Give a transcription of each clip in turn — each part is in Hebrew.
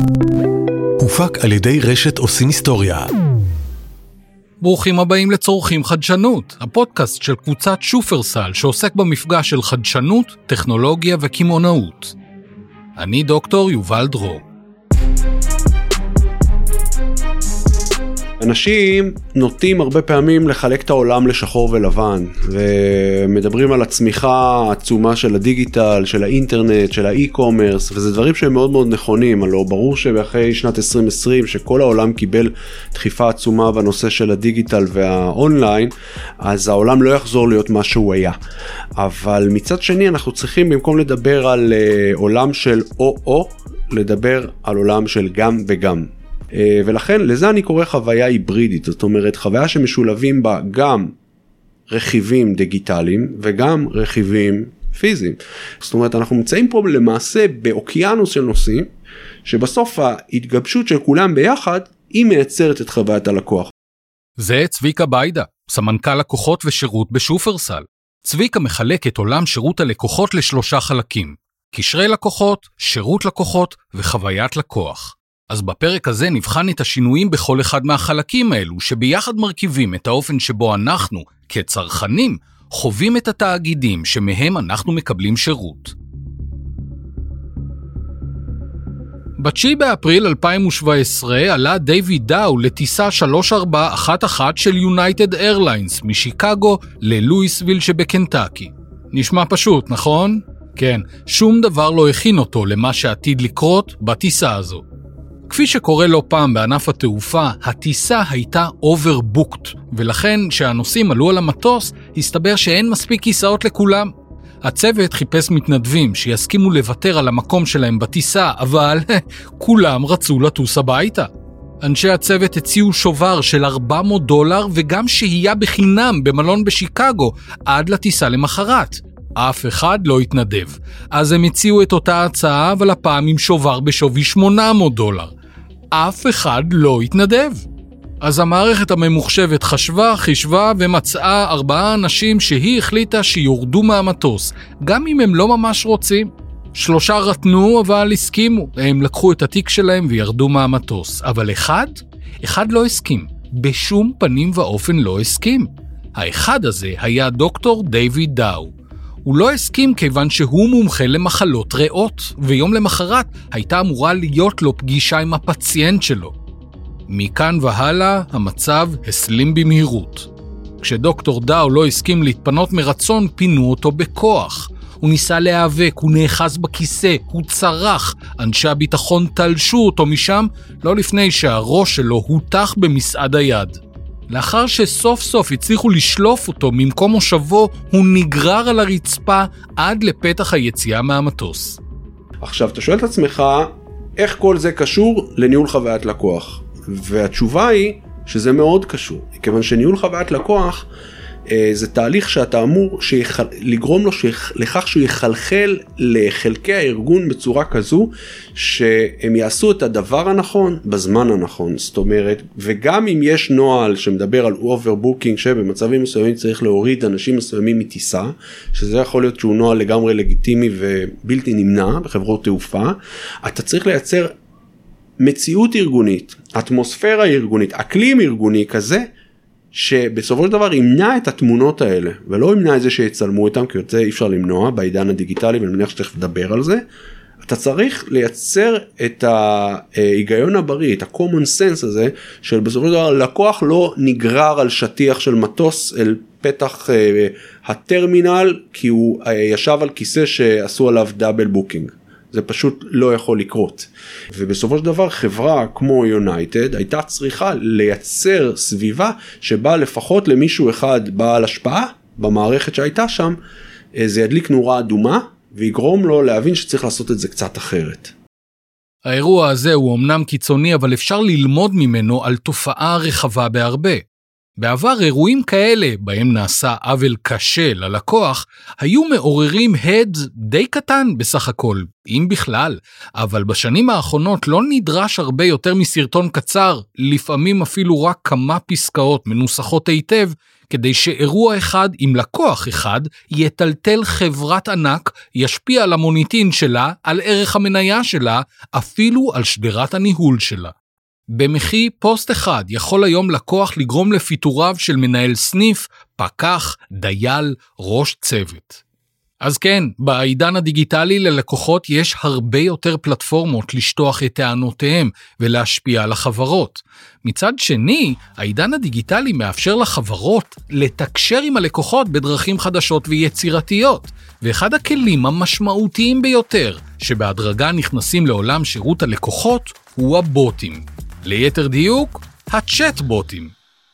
הופק על ידי רשת עושים היסטוריה. ברוכים הבאים לצורכים חדשנות, הפודקאסט של קבוצת שופרסל שעוסק במפגש של חדשנות, טכנולוגיה וקמעונאות. אני דוקטור יובל דרור. אנשים נוטים הרבה פעמים לחלק את העולם לשחור ולבן, ומדברים על הצמיחה העצומה של הדיגיטל, של האינטרנט, של האי-קומרס, וזה דברים שהם מאוד מאוד נכונים. הלוא ברור שאחרי שנת 2020 שכל העולם קיבל דחיפה עצומה בנושא של הדיגיטל והאונליין, אז העולם לא יחזור להיות מה שהוא היה. אבל מצד שני אנחנו צריכים במקום לדבר על עולם של או, לדבר על עולם של גם וגם. ולכן לזה אני קורא חוויה היברידית, זאת אומרת חוויה שמשולבים בה גם רכיבים דיגיטליים וגם רכיבים פיזיים. זאת אומרת אנחנו נמצאים פה למעשה באוקיינוס של נושאים, שבסוף ההתגבשות של כולם ביחד היא מייצרת את חוויית הלקוח. זה צביקה ביידה, סמנכ"ל לקוחות ושירות בשופרסל. צביקה מחלק את עולם שירות הלקוחות לשלושה חלקים: קשרי לקוחות, שירות לקוחות וחוויית לקוח. אז בפרק הזה נבחן את השינויים בכל אחד מהחלקים האלו, שביחד מרכיבים את האופן שבו אנחנו, כצרכנים, חווים את התאגידים שמהם אנחנו מקבלים שירות. ב-9 באפריל 2017 עלה דיוויד דאו לטיסה 3411 של יונייטד איירליינס משיקגו ללואיסוויל שבקנטקי. נשמע פשוט, נכון? כן, שום דבר לא הכין אותו למה שעתיד לקרות בטיסה הזו. כפי שקורה לא פעם בענף התעופה, הטיסה הייתה overbooked, ולכן כשהנוסעים עלו על המטוס, הסתבר שאין מספיק כיסאות לכולם. הצוות חיפש מתנדבים שיסכימו לוותר על המקום שלהם בטיסה, אבל כולם רצו לטוס הביתה. אנשי הצוות הציעו שובר של $400 וגם שהייה בחינם במלון בשיקגו עד לטיסה למחרת. אף אחד לא התנדב. אז הם הציעו את אותה הצעה, אבל הפעם עם שובר בשווי $800. אף אחד לא התנדב. אז המערכת הממוחשבת חישבה ומצאה 4 אנשים שהיא החליטה שיורדו מהמטוס, גם אם הם לא ממש רוצים. 3 רתנו אבל הסכימו. הם לקחו את התיק שלהם וירדו מהמטוס. אבל אחד לא הסכים. בשום פנים ואופן לא הסכים. האחד הזה היה דוקטור דיוויד דאו. הוא לא הסכים כיוון שהוא מומחה למחלות ריאות, ויום למחרת הייתה אמורה להיות לו פגישה עם הפציינט שלו. מכאן והלאה המצב הסלים במהירות. כשדוקטור דאו לא הסכים להתפנות מרצון, פינו אותו בכוח. הוא ניסה להיאבק, הוא נאחז בכיסא, הוא צרח. אנשי הביטחון תלשו אותו משם, לא לפני שהראש שלו הותח במסעד היד. לאחר שסוף סוף הצליחו לשלוף אותו ממקום מושבו, הוא נגרר על הרצפה עד לפתח היציאה מהמטוס. עכשיו אתה שואל את עצמך, איך כל זה קשור לניהול חוויית לקוח? והתשובה היא שזה מאוד קשור, כיוון שניהול חוויית לקוח זה תהליך שאתה אמור לגרום לו לכך שהוא יחלחל לחלקי הארגון בצורה כזו שהם יעשו את הדבר הנכון בזמן הנכון. זאת אומרת, וגם אם יש נוהל שמדבר על overbooking שבמצבים מסוימים צריך להוריד אנשים מסוימים מטיסה, שזה יכול להיות שהוא נוהל לגמרי לגיטימי ובלתי נמנע בחברות תעופה, אתה צריך לייצר מציאות ארגונית, אטמוספירה ארגונית, אקלים ארגוני כזה, שבסופו של דבר ימנע את התמונות האלה, ולא ימנע את זה שיצלמו איתם, כי זה אי אפשר למנוע בעידן הדיגיטלי, ואני מניח שתכף לדבר על זה. אתה צריך לייצר את ההיגיון הבריא, את ה-common sense הזה, של בסופו של דבר לקוח לא נגרר על שטיח של מטוס אל פתח הטרמינל, כי הוא ישב על כיסא שעשו עליו דאבל בוקינג. זה פשוט לא יכול לקרות. ובסופו של דבר חברה כמו יונייטד הייתה צריכה לייצר סביבה שבה לפחות למישהו אחד בעל השפעה במערכת שהייתה שם, זה ידליק נורה אדומה ויגרום לו להבין שצריך לעשות את זה קצת אחרת. האירוע הזה הוא אמנם קיצוני, אבל אפשר ללמוד ממנו על תופעה רחבה בהרבה. בעבר אירועים כאלה, בהם נעשה עוול קשה ללקוח, היו מעוררים הד די קטן בסך הכל, אם בכלל, אבל בשנים האחרונות לא נדרש הרבה יותר מסרטון קצר, לפעמים אפילו רק כמה פסקאות מנוסחות היטב, כדי שאירוע אחד עם לקוח אחד יטלטל חברת ענק, ישפיע על המוניטין שלה, על ערך המניה שלה, אפילו על שדרת הניהול שלה. במחי פוסט אחד יכול היום לקוח לגרום לפיטוריו של מנהל סניף, פקח, דייל, ראש צוות. אז כן, בעידן הדיגיטלי ללקוחות יש הרבה יותר פלטפורמות לשטוח את טענותיהם ולהשפיע על החברות. מצד שני, העידן הדיגיטלי מאפשר לחברות לתקשר עם הלקוחות בדרכים חדשות ויצירתיות, ואחד הכלים המשמעותיים ביותר שבהדרגה נכנסים לעולם שירות הלקוחות הוא הבוטים. ליתר דיוק, הצ'אט-בוטים.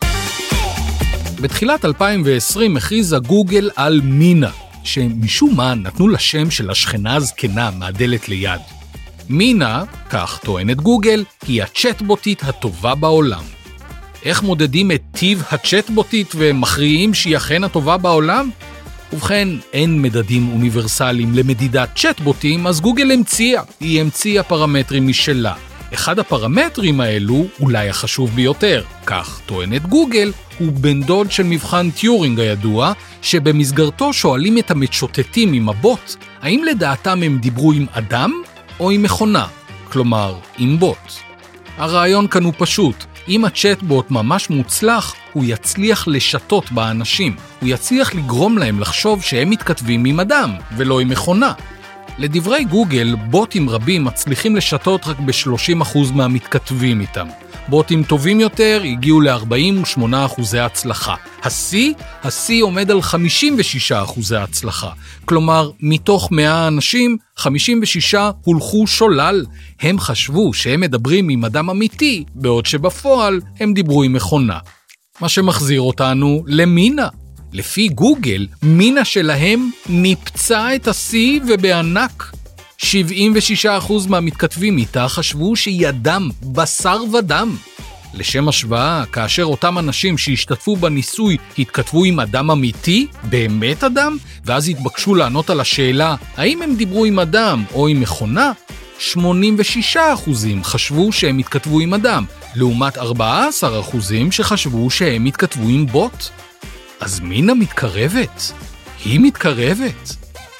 בתחילת 2020 הכריזה גוגל על מינה, שמשום מה נתנו לשם של השכנה הזקנה מהדלת ליד. מינה, כך טוענת גוגל, היא הצ'אט-בוטית הטובה בעולם. איך מודדים את טיב הצ'אט-בוטית ומכריעים שהיא אכן הטובה בעולם? ובכן, אין מדדים אוניברסליים למדידת צ'אט-בוטים, אז גוגל המציאה פרמטרים משלה. אחד הפרמטרים האלו, אולי החשוב ביותר, כך טוענת גוגל, הוא בן דוד של מבחן טיורינג הידוע, שבמסגרתו שואלים את המשוטטים עם הבוט, האם לדעתם הם דיברו עם אדם או עם מכונה, כלומר עם בוט. הרעיון כאן הוא פשוט, אם הצ'אטבוט ממש מוצלח, הוא יצליח לשתות באנשים, הוא יצליח לגרום להם לחשוב שהם מתכתבים עם אדם ולא עם מכונה. לדברי גוגל, בוטים רבים מצליחים לשתות רק ב-30% מהמתכתבים איתם. בוטים טובים יותר הגיעו ל-48% הצלחה. השיא עומד על 56% הצלחה. כלומר, מתוך 100 אנשים, 56 הולכו שולל. הם חשבו שהם מדברים עם אדם אמיתי, בעוד שבפועל הם דיברו עם מכונה. מה שמחזיר אותנו למינה. לפי גוגל, מינה שלהם ניפצה את השיא ובענק. 76% מהמתכתבים איתה חשבו שהיא אדם, בשר ודם. לשם השוואה, כאשר אותם אנשים שהשתתפו בניסוי התכתבו עם אדם אמיתי, באמת אדם, ואז התבקשו לענות על השאלה, האם הם דיברו עם אדם או עם מכונה, 86% חשבו שהם התכתבו עם אדם, לעומת 14% שחשבו שהם התכתבו עם בוט. אז מינה מתקרבת? היא מתקרבת?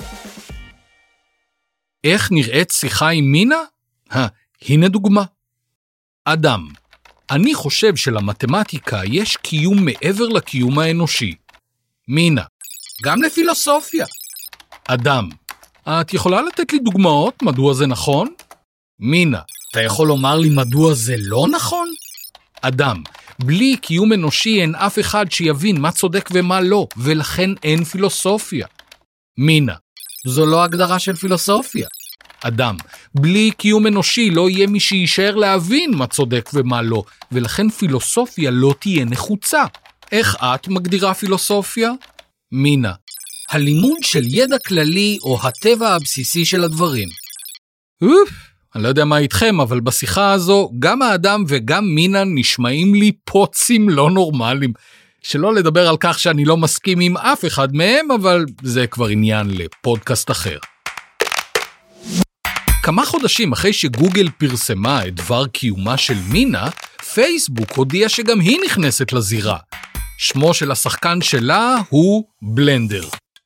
איך נראית שיחה עם מינה? הנה דוגמה. אדם. אני חושב שלמתמטיקה יש קיום מעבר לקיום האנושי. מינה. גם לפילוסופיה. אדם. את יכולה לתת לי דוגמאות מדוע זה נכון? מינה. אתה יכול לומר לי מדוע זה לא נכון? אדם. בלי קיום אנושי אין אף אחד שיבין מה צודק ומה לא, ולכן אין פילוסופיה. מינה. זו לא הגדרה של פילוסופיה. אדם. בלי קיום אנושי לא יהיה מי שישאר להבין מה צודק ומה לא, ולכן פילוסופיה לא תהיה נחוצה. איך את מגדירה פילוסופיה? מינה. הלימוד של ידע כללי או הטבע הבסיסי של הדברים. אני לא יודע מה איתכם, אבל בשיחה הזו גם האדם וגם מינה נשמעים לי פוצים לא נורמליים. שלא לדבר על כך שאני לא מסכים עם אף אחד מהם, אבל זה כבר עניין לפודקאסט אחר. כמה חודשים אחרי שגוגל פרסמה את דבר קיומה של מינה, פייסבוק הודיע שגם היא נכנסת לזירה. שמו של השחקן שלה הוא בלנדר.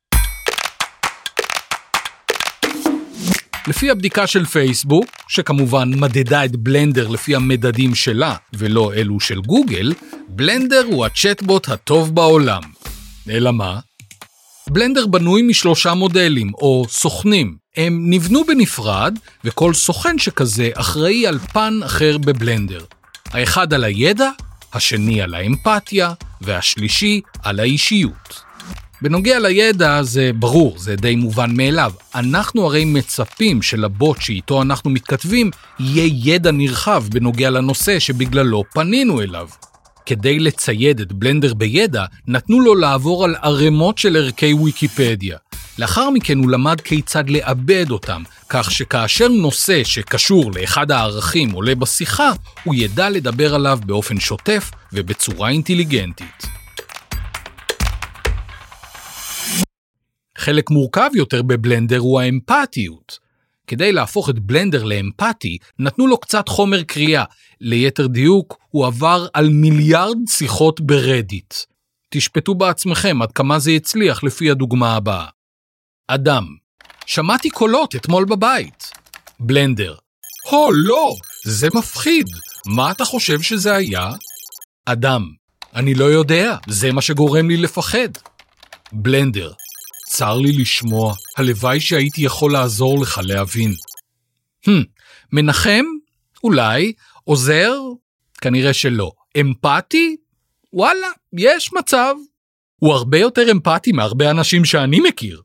לפי הבדיקה של פייסבוק, שכמובן מדדה את בלנדר לפי המדדים שלה ולא אלו של גוגל, בלנדר הוא הצ'אטבוט הטוב בעולם. אלא מה? בלנדר בנוי מ3 מודלים או סוכנים. הם נבנו בנפרד וכל סוכן שכזה אחראי על פן אחר בבלנדר. האחד על הידע, השני על האמפתיה והשלישי על האישיות. בנוגע לידע זה ברור, זה די מובן מאליו. אנחנו הרי מצפים שלבוט שאיתו אנחנו מתכתבים יהיה ידע נרחב בנוגע לנושא שבגללו פנינו אליו. כדי לצייד את בלנדר בידע, נתנו לו לעבור על ערימות של ערכי ויקיפדיה. לאחר מכן הוא למד כיצד לאבד אותם, כך שכאשר נושא שקשור לאחד הערכים עולה בשיחה, הוא ידע לדבר עליו באופן שוטף ובצורה אינטליגנטית. חלק מורכב יותר בבלנדר הוא האמפתיות. כדי להפוך את בלנדר לאמפתי, נתנו לו קצת חומר קריאה. ליתר דיוק, הוא עבר על מיליארד שיחות ברדיט. תשפטו בעצמכם עד כמה זה יצליח לפי הדוגמה הבאה. אדם, שמעתי קולות אתמול בבית. בלנדר, לא, זה מפחיד. מה אתה חושב שזה היה? אדם, אני לא יודע, זה מה שגורם לי לפחד. בלנדר, צר לי לשמוע, הלוואי שהייתי יכול לעזור לך להבין. מנחם? אולי. עוזר? כנראה שלא. אמפתי? וואלה, יש מצב. הוא הרבה יותר אמפתי מהרבה אנשים שאני מכיר.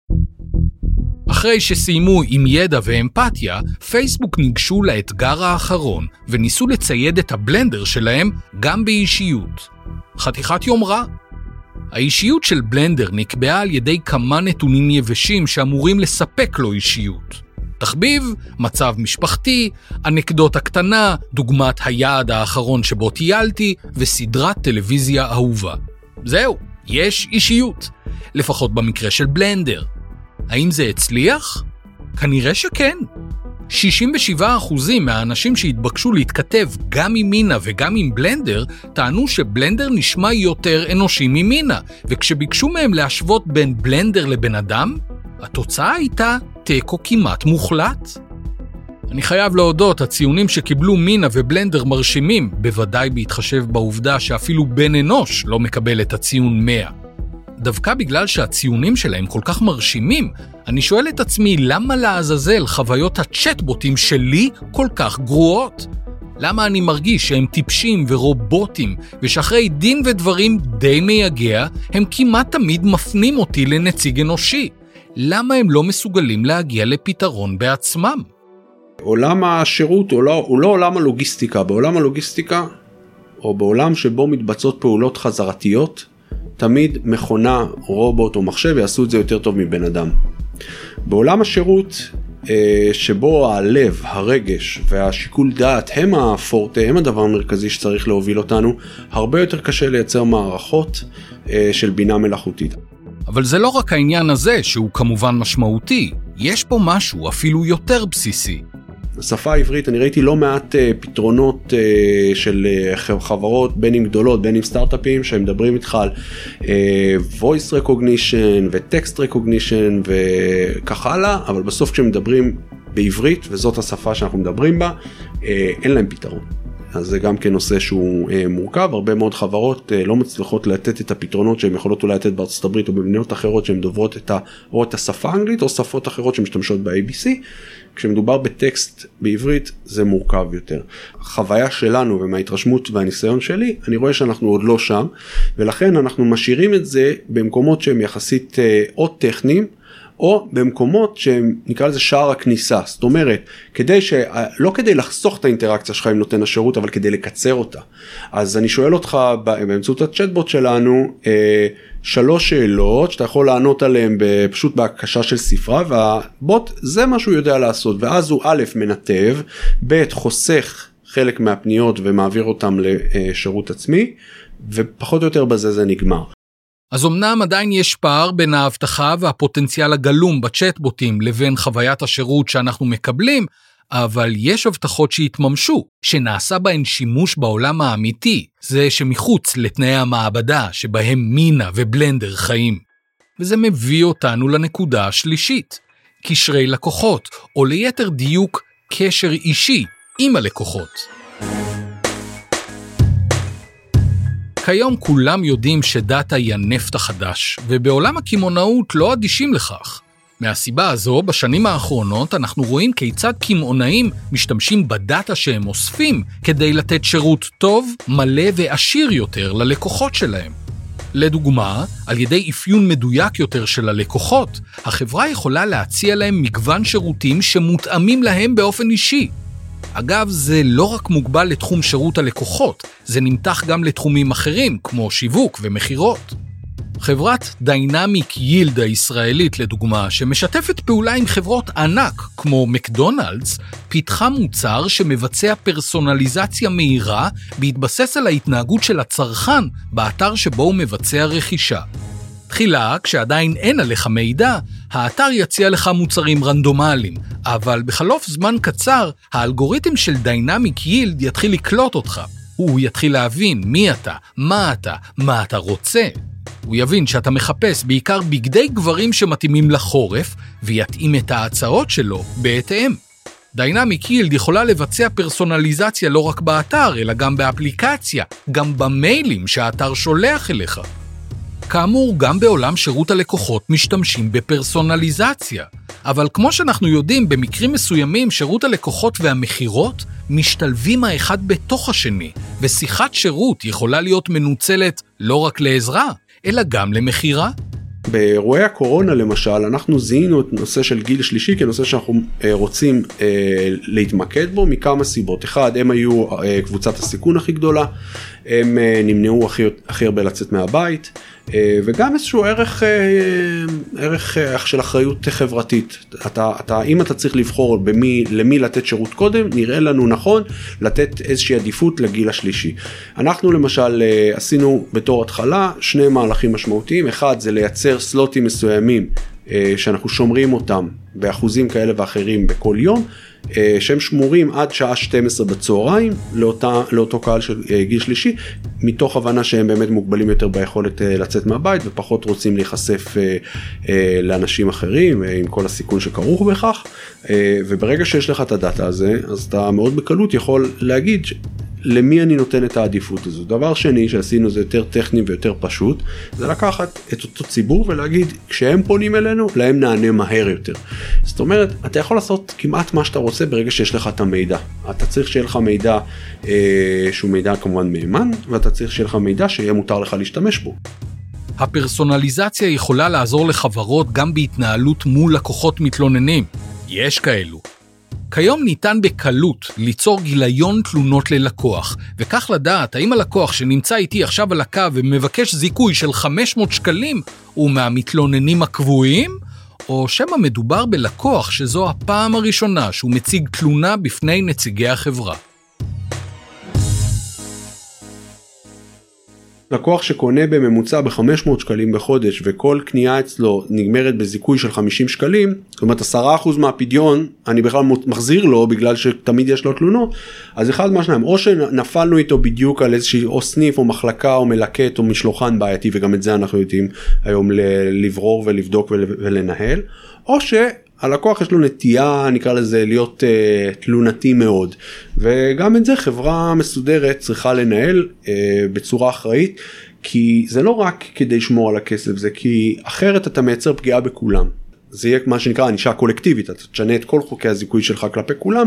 אחרי שסיימו עם ידע ואמפתיה, פייסבוק ניגשו לאתגר האחרון, וניסו לצייד את הבלנדר שלהם גם באישיות. חתיכת יומרה. האישיות של בלנדר נקבעה על ידי כמה נתונים יבשים שאמורים לספק לו אישיות. תחביב, מצב משפחתי, אנקדוטה קטנה, דוגמת היעד האחרון שבו טיילתי, וסדרת טלוויזיה אהובה. זהו, יש אישיות. לפחות במקרה של בלנדר. האם זה הצליח? כנראה שכן. 67% מהאנשים שהתבקשו להתכתב גם עם מינה וגם עם בלנדר, טענו שבלנדר נשמע יותר אנושי ממינה, וכשביקשו מהם להשוות בין בלנדר לבן אדם, התוצאה הייתה טקו כמעט מוחלט. אני חייב להודות, הציונים שקיבלו מינה ובלנדר מרשימים, בוודאי בהתחשב בעובדה שאפילו בן אנוש לא מקבל את הציון 100. דווקא בגלל שהציונים שלהם כל כך מרשימים, אני שואל את עצמי למה לעזאזל חוויות הצ'טבוטים שלי כל כך גרועות? למה אני מרגיש שהם טיפשים ורובוטים, ושאחרי דין ודברים די מייגע, הם כמעט תמיד מפנים אותי לנציג אנושי? למה הם לא מסוגלים להגיע לפתרון בעצמם? עולם השירות הוא לא עולם הלוגיסטיקה. בעולם הלוגיסטיקה, או בעולם שבו מתבצעות פעולות חזרתיות, תמיד מכונה, רובוט או מחשב יעשו את זה יותר טוב מבן אדם. בעולם השירות, שבו הלב, הרגש והשיקול דעת הם הפורטה, הם הדבר המרכזי שצריך להוביל אותנו, הרבה יותר קשה לייצר מערכות של בינה מלאכותית. אבל זה לא רק העניין הזה שהוא כמובן משמעותי, יש פה משהו אפילו יותר בסיסי. השפה העברית, אני ראיתי לא מעט פתרונות של חברות, בין אם גדולות, בין אם סטארט-אפים, שהם מדברים איתך על voice recognition ו-text recognition וכך הלאה, אבל בסוף כשהם מדברים בעברית, וזאת השפה שאנחנו מדברים בה, אין להם פתרון. אז זה גם כן נושא שהוא מורכב, הרבה מאוד חברות לא מצליחות לתת את הפתרונות שהן יכולות אולי לתת בארצות הברית או במדינות אחרות שהן דוברות או את השפה האנגלית או שפות אחרות שמשתמשות ב-ABC. כשמדובר בטקסט בעברית זה מורכב יותר. החוויה שלנו ומההתרשמות והניסיון שלי, אני רואה שאנחנו עוד לא שם, ולכן אנחנו משאירים את זה במקומות שהם יחסית או טכניים, או במקומות שהם נקרא לזה שער הכניסה. זאת אומרת, לא כדי לחסוך את האינטראקציה שלך עם נותן השירות, אבל כדי לקצר אותה. אז אני שואל אותך באמצעות הצ'טבוט שלנו, 3 שאלות שאתה יכול לענות עליהן פשוט בהקשה של ספרה, והבוט זה מה שהוא יודע לעשות, ואז הוא א' מנתב, ב' חוסך חלק מהפניות ומעביר אותם לשירות עצמי, ופחות או יותר בזה זה נגמר. אז אמנם עדיין יש פער בין ההבטחה והפוטנציאל הגלום בצ'טבוטים לבין חוויית השירות שאנחנו מקבלים, אבל יש הבטחות שהתממשו, שנעשה בהן שימוש בעולם האמיתי, זה שמחוץ לתנאי המעבדה שבהם מינה ובלנדר חיים. וזה מביא אותנו לנקודה השלישית, קשרי לקוחות, או ליתר דיוק קשר אישי עם הלקוחות. כיום כולם יודעים שדאטה היא הנפט החדש, ובעולם הקמעונאות לא אדישים לכך. מהסיבה הזו, בשנים האחרונות אנחנו רואים כיצד קמעונאים משתמשים בדאטה שהם אוספים כדי לתת שירות טוב, מלא ועשיר יותר ללקוחות שלהם. לדוגמה, על ידי אפיון מדויק יותר של הלקוחות, החברה יכולה להציע להם מגוון שירותים שמותאמים להם באופן אישי. אגב, זה לא רק מוגבל לתחום שירות הלקוחות, זה נמתח גם לתחומים אחרים, כמו שיווק ומחירות. חברת דיינמיק יילד הישראלית, לדוגמה, שמשתפת פעולה עם חברות ענק, כמו מקדונלדס, פיתחה מוצר שמבצע פרסונליזציה מהירה, בהתבסס על ההתנהגות של הצרכן באתר שבו הוא מבצע רכישה. תחילה, כשעדיין אין עליך מידע, האתר יציע לך מוצרים רנדומליים, אבל בחלוף זמן קצר, האלגוריתם של דיינמיק יילד יתחיל לקלוט אותך. הוא יתחיל להבין מי אתה, מה אתה רוצה. הוא יבין שאתה מחפש בעיקר בגדי גברים שמתאימים לחורף, ויתאים את ההצעות שלו בהתאם. דיינמיק יילד יכולה לבצע פרסונליזציה לא רק באתר, אלא גם באפליקציה, גם במיילים שהאתר שולח אליך. כאמור, גם בעולם שירות הלקוחות משתמשים בפרסונליזציה. אבל כמו שאנחנו יודעים, במקרים מסוימים שירות הלקוחות והמחירות משתלבים האחד בתוך השני, ושיחת שירות יכולה להיות מנוצלת לא רק לעזרה, אלא גם למחירה. באירועי הקורונה למשל, אנחנו זיהינו את נושא של גיל שלישי כנושא שאנחנו רוצים להתמקד בו מכמה סיבות. אחד, הם היו קבוצת הסיכון הכי גדולה, הם נמנעו הכי הרבה לצאת מהבית, וגם איזשהו ערך של אחריות חברתית. אם אתה צריך לבחור למי לתת שירות קודם, נראה לנו נכון לתת איזושהי עדיפות לגיל השלישי. אנחנו למשל עשינו בתור התחלה שני מהלכים משמעותיים. אחד זה לייצר סלוטים מסוימים שאנחנו שומרים אותם באחוזים כאלה ואחרים בכל יום, שהם שמורים עד שעה 12 בצהריים לאותו קהל של גיל שלישי, מתוך הבנה שהם באמת מוגבלים יותר ביכולת לצאת מהבית ופחות רוצים להיחשף לאנשים אחרים עם כל הסיכון שכרוך בכך. וברגע שיש לך את הדאטה הזה, אז אתה מאוד בקלות יכול להגיד למי אני נותן את העדיפות הזו. דבר שני שעשינו זה יותר טכני ויותר פשוט, זה לקחת את אותו ציבור ולהגיד, כשהם פונים אלינו, להם נענה מהר יותר. זאת אומרת, אתה יכול לעשות כמעט מה שאתה רוצה ברגע שיש לך את המידע. אתה צריך שיהיה לך מידע שהוא מידע כמובן מהימן, ואתה צריך שיהיה לך מידע שיהיה מותר לך להשתמש בו. הפרסונליזציה יכולה לעזור לחברות גם בהתנהלות מול לקוחות מתלוננים. יש כאלו. כיום ניתן בקלות ליצור גיליון תלונות ללקוח, וכך לדעת האם הלקוח שנמצא איתי עכשיו על הקו ומבקש זיכוי של 500 שקלים הוא מהמתלוננים הקבועים, או שמא מדובר בלקוח שזו הפעם הראשונה שהוא מציג תלונה בפני נציגי החברה. לקוח שקונה בממוצע ב-500 שקלים בחודש וכל קנייה אצלו נגמרת בזיכוי של 50 שקלים, זאת אומרת 10% מהפדיון אני בכלל מחזיר לו בגלל שתמיד יש לו תלונות, אז אחד מהשניים, או שנפלנו איתו בדיוק על איזושהי או סניף או מחלקה או מלקט או משלוחן בעייתי, וגם את זה אנחנו יודעים היום לברור ולבדוק ולנהל, או הלקוח יש לו נטייה, נקרא לזה, להיות תלונתי מאוד. וגם את זה חברה מסודרת צריכה לנהל בצורה אחראית, כי זה לא רק כדי לשמור על הכסף, זה כי אחרת אתה מייצר פגיעה בכולם. זה יהיה מה שנקרא ענישה קולקטיבית, אתה תשנה את כל חוקי הזיכוי שלך כלפי כולם,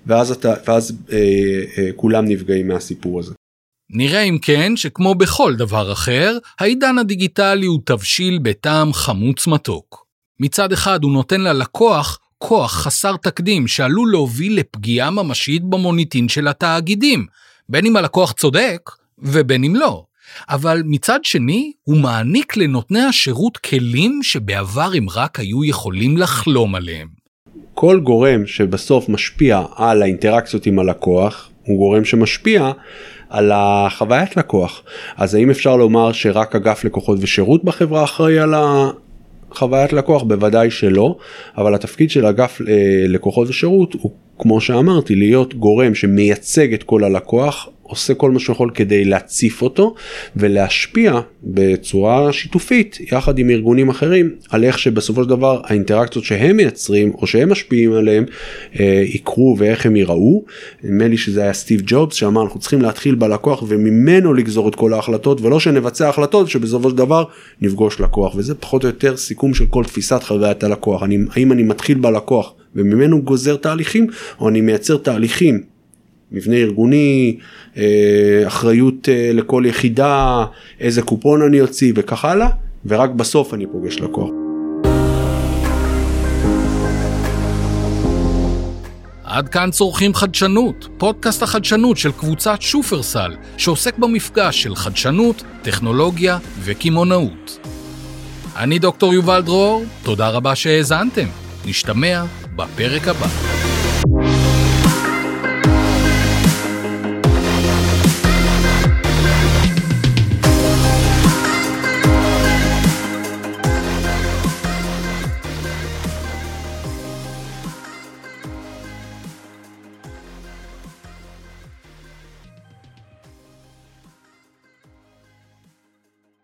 ואז כולם נפגעים מהסיפור הזה. נראה אם כן שכמו בכל דבר אחר, העידן הדיגיטלי הוא תבשיל בטעם חמוץ מתוק. מצד אחד הוא נותן ללקוח כוח חסר תקדים שעלול להוביל לפגיעה ממשית במוניטין של התאגידים, בין אם הלקוח צודק ובין אם לא. אבל מצד שני הוא מעניק לנותני השירות כלים שבעבר הם רק היו יכולים לחלום עליהם. כל גורם שבסוף משפיע על האינטראקציות עם הלקוח, הוא גורם שמשפיע על החוויית לקוח. אז האם אפשר לומר שרק אגף לקוחות ושירות בחברה אחראי על חוויית לקוח? בוודאי שלא, אבל התפקיד של אגף לקוחות ושירות הוא, כמו שאמרתי, להיות גורם שמייצג את כל הלקוח, עושה כל מה שיכול כדי להציף אותו ולהשפיע בצורה שיתופית יחד עם ארגונים אחרים על איך שבסופו של דבר האינטראקציות שהם מייצרים או שהם משפיעים עליהם יקרו ואיך הם ייראו. נדמה לי שזה היה סטיב ג'ובס שאמר אנחנו צריכים להתחיל בלקוח וממנו לגזור את כל ההחלטות, ולא שנבצע החלטות שבסופו של דבר נפגוש לקוח, וזה פחות או יותר סיכום של כל תפיסת חוויית הלקוח. האם אני מתחיל בלקוח וממנו גוזר תהליכים, או אני מייצר תהליכים, מבנה ארגוני, אחריות לכל יחידה, איזה קופון אני אוציא וכך הלאה, ורק בסוף אני פוגש לקוח. עד כאן צורכים חדשנות, פודקאסט החדשנות של קבוצת שופרסל, שעוסק במפגש של חדשנות, טכנולוגיה וקימונאות. אני דוקטור יובל דרור, תודה רבה שהאזנתם. נשתמע בפרק הבא.